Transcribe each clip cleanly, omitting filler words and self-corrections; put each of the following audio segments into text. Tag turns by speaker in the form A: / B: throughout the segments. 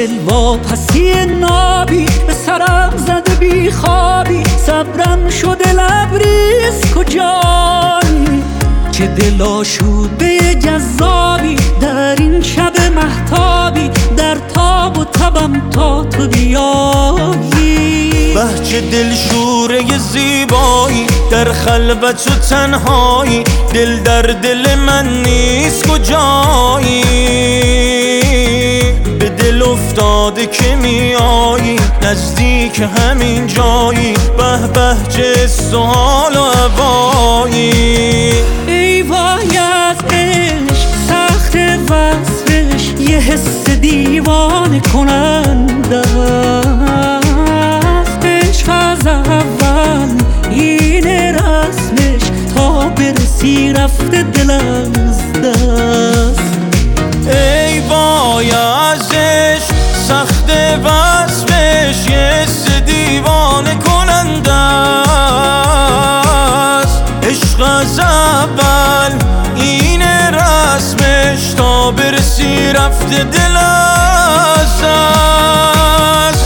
A: دل واپسی نابی به سرم زده بی خوابی، صبرم شده لبریز کجایی؟ چه دل آشوده جذابی در این شب مهتابی، در تاب و تبم تا تو بیایی.
B: بهچه دلشوره زیبایی در خلوت و تنهایی، دل در دل من نیست کجایی؟ به دل افتاده که میایی نزدیک همین جایی، به به چه سوال و هوایی.
A: ای وای از عشق سخت وصفش، یه حس دیوانه کننده است. عشق از اول اینه رسمش، تا برسی رفته دل از دست.
B: ای وای از عشق سخت وصفش، یه حس دیوانه کننده است. عشق از اول اینه رسمش، تا برسی رفته دل از دست.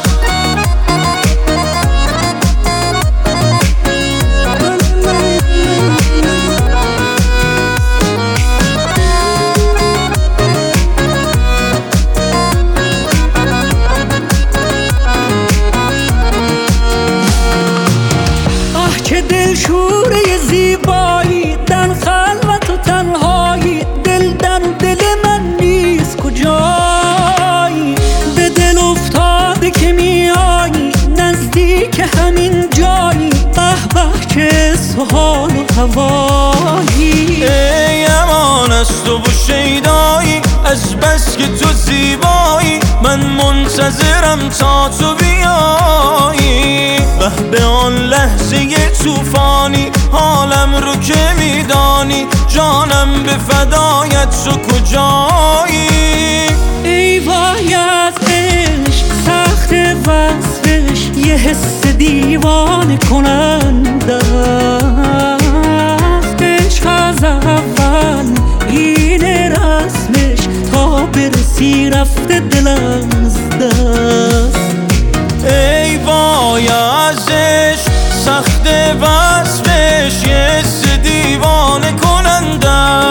A: چه دلشوره زیبایی در خلوت و تنهایی، دل در دل من نیست کجایی؟ به دل افتاده که میایی نزدیک همین جایی، به به چه سحال و هوایی.
B: ای امان از تو و شیدایی، از بس که تو زیبایی من منتظرم تا تو بیایی. به آن لحظه طوفانی حالم رو که میدانی، جانم به فدایت تو کجایی؟
A: ای وای از عشق سخت وصفش، یه حس دیوانه کننده است. عشق از اول اینه رسمش، تا برسی رفته دل از دست.
B: ای وای از عشق سخت وصفش، یه حس دیوانه کننده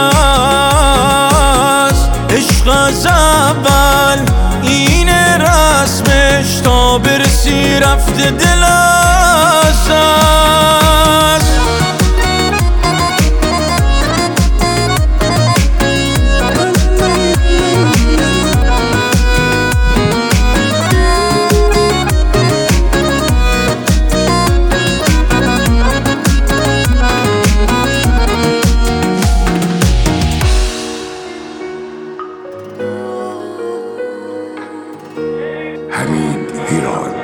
B: است. عشق از اول اینه رسمش، تا برسی رفته دل از دست.
C: حمید هیران.